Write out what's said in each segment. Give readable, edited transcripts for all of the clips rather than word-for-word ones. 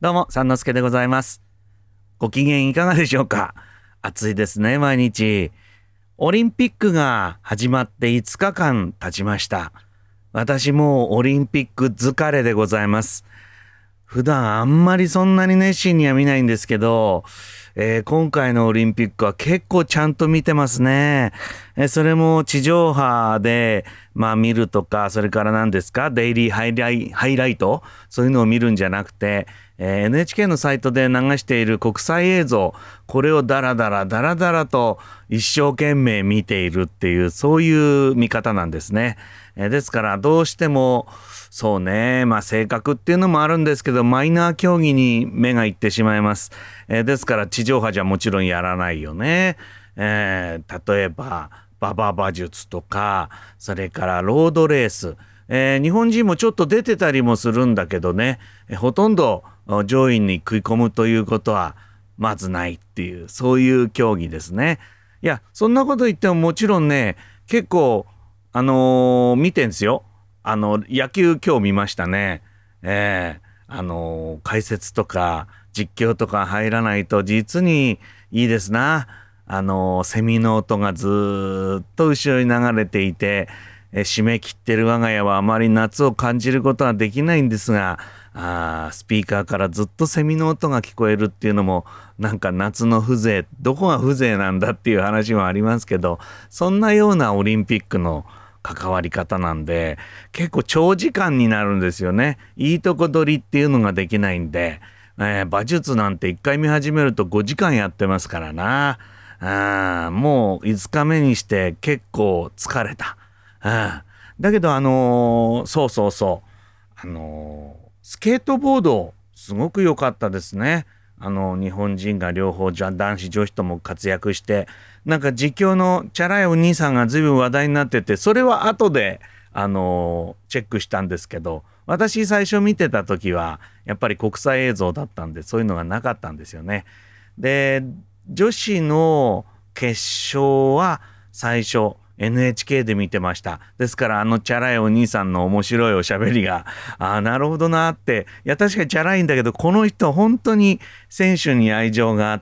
どうも、三之助でございます。ご機嫌いかがでしょうか？暑いですね、毎日。オリンピックが始まって5日間経ちました。私もうオリンピック疲れでございます。普段あんまりそんなに熱心には見ないんですけど、今回のオリンピックは結構ちゃんと見てますね。それも地上波で、見るとか、それから何ですか、デイリーハイライト、そういうのを見るんじゃなくて、NHK のサイトで流している国際映像、これをダラダラダラダラと一生懸命見ているっていう、そういう見方なんですね。ですからどうしてもそうね、性格っていうのもあるんですけど、マイナー競技に目がいってしまいます。ですから地上波じゃもちろんやらないよね。例えば馬場馬術とか、それからロードレース、日本人もちょっと出てたりもするんだけどね、ほとんど上位に食い込むということはまずないっていう、そういう競技ですね。いや、そんなこと言ってももちろんね、結構見てんですよ。野球今日見ましたね。解説とか実況とか入らないと実にいいですな。セミの音がずーっと後ろに流れていて、締め切ってる我が家はあまり夏を感じることはできないんですが、スピーカーからずっとセミの音が聞こえるっていうのもなんか夏の風情、どこが風情なんだっていう話もありますけど、そんなようなオリンピックの関わり方なんで、結構長時間になるんですよね。いいとこ取りっていうのができないんで、馬術なんて1回見始めると5時間やってますからな。もう5日目にして結構疲れた。だけどそうそうそう、スケートボードすごく良かったですね。日本人が両方男子女子とも活躍して、なんか実況のチャラいお兄さんが随分話題になってて、それは後でチェックしたんですけど、私最初見てた時はやっぱり国際映像だったんで、そういうのがなかったんですよね。で、女子の決勝は最初 NHK で見てました。ですからチャラいお兄さんの面白いおしゃべりが、なるほどなって、いや確かにチャラいんだけど、この人本当に選手に愛情があって、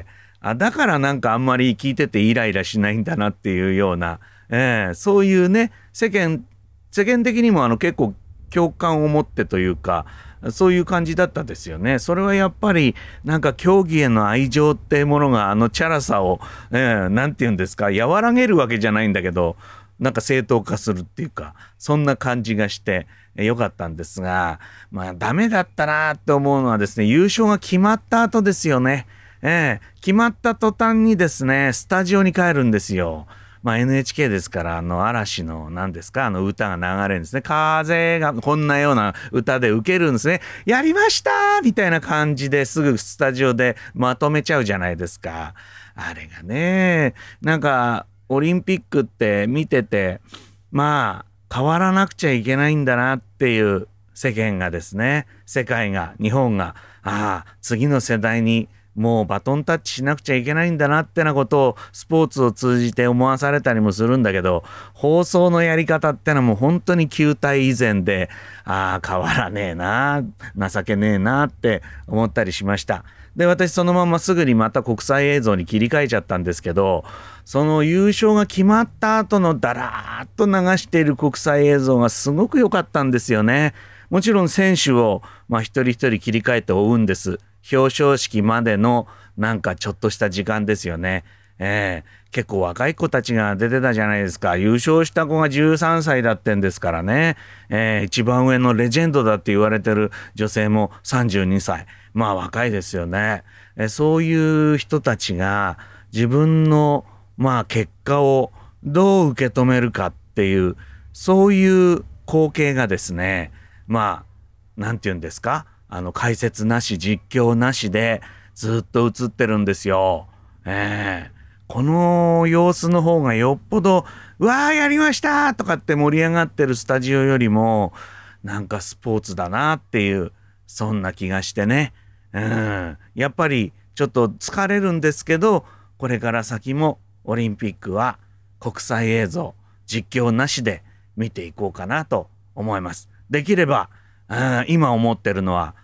だからなんかあんまり聞いててイライラしないんだなっていうような、そういうね、世間的にも結構共感を持ってというか、そういう感じだったですよね。それはやっぱりなんか競技への愛情っていうものがチャラさを、なんて言うんですか、和らげるわけじゃないんだけど、なんか正当化するっていうか、そんな感じがしてよかったんですが、ダメだったなって思うのはですね、優勝が決まった後ですよね。決まった途端にですね、スタジオに帰るんですよ。NHK ですから、嵐の何ですか、歌が流れるんですね。風がこんなような歌で受けるんですね。やりましたみたいな感じですぐスタジオでまとめちゃうじゃないですか。あれがね、なんかオリンピックって見てて、変わらなくちゃいけないんだなっていう世間がですね、世界が、日本が、次の世代にもうバトンタッチしなくちゃいけないんだなってなことをスポーツを通じて思わされたりもするんだけど、放送のやり方ってのはもう本当に旧態依然で、変わらねえな、情けねえなって思ったりしました。で、私そのまますぐにまた国際映像に切り替えちゃったんですけど、その優勝が決まった後のだらーっと流している国際映像がすごく良かったんですよね。もちろん選手を、一人一人切り替えて追うんです。表彰式までのなんかちょっとした時間ですよね。結構若い子たちが出てたじゃないですか。優勝した子が13歳だってんですからね。一番上のレジェンドだって言われてる女性も32歳。若いですよね。そういう人たちが自分の結果をどう受け止めるかっていう、そういう光景がですね、なんて言うんですか、解説なし実況なしでずっと映ってるんですよ。この様子の方がよっぽど「わーやりました!」とかって盛り上がってるスタジオよりもなんかスポーツだなっていう、そんな気がしてね。やっぱりちょっと疲れるんですけど、これから先もオリンピックは国際映像実況なしで見ていこうかなと思います。できれば今思ってるのは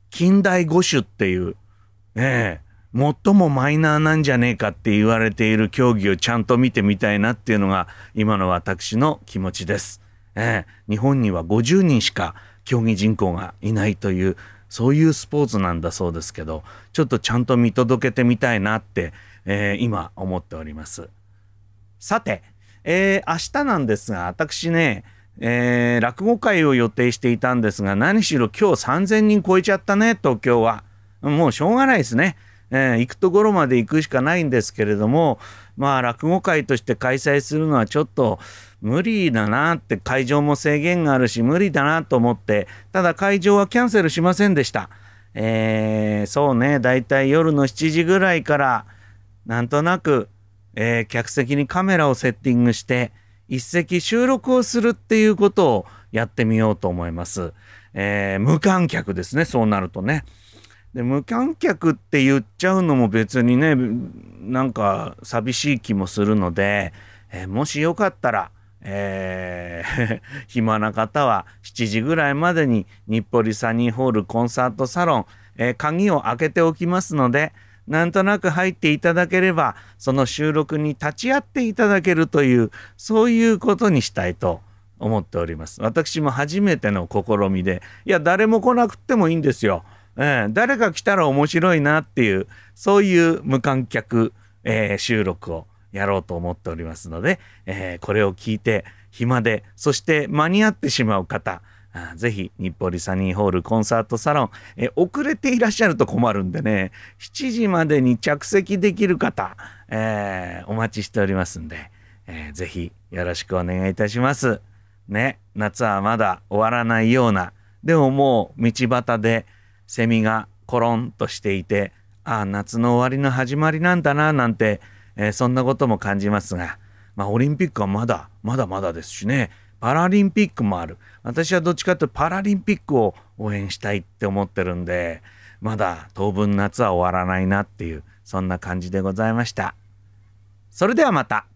近代五種っていう、最もマイナーなんじゃねえかって言われている競技をちゃんと見てみたいなっていうのが今の私の気持ちです。日本には50人しか競技人口がいないというそういうスポーツなんだそうですけど、ちょっとちゃんと見届けてみたいなって、今思っております。さて、明日なんですが、私ね、落語会を予定していたんですが、何しろ今日3000人超えちゃったね、東京は。もうしょうがないですね。行くところまで行くしかないんですけれども、まあ落語会として開催するのはちょっと無理だなって、会場も制限があるし無理だなと思って、ただ会場はキャンセルしませんでした。そうね、だいたい夜の7時ぐらいからなんとなく、客席にカメラをセッティングして一席収録をするっていうことをやってみようと思います。無観客ですね、そうなるとね。で無観客って言っちゃうのも別にね、なんか寂しい気もするので、もしよかったら、暇な方は7時ぐらいまでに日暮里サニーホールコンサートサロン、鍵を開けておきますので、なんとなく入っていただければその収録に立ち会っていただけるという、そういうことにしたいと思っております。私も初めての試みで、いや誰も来なくってもいいんですよ。誰か来たら面白いなっていう、そういう無観客、収録をやろうと思っておりますので、これを聞いて暇で、そして間に合ってしまう方、ぜひ日暮里サニーホールコンサートサロン、遅れていらっしゃると困るんでね、7時までに着席できる方、お待ちしておりますんで、ぜひよろしくお願いいたします。ね、夏はまだ終わらないような、でももう道端でセミがコロンとしていて、夏の終わりの始まりなんだななんて、そんなことも感じますが、オリンピックはまだまだですしね、パラリンピックもある。私はどっちかというとパラリンピックを応援したいって思ってるんで、まだ当分夏は終わらないなっていう、そんな感じでございました。それではまた。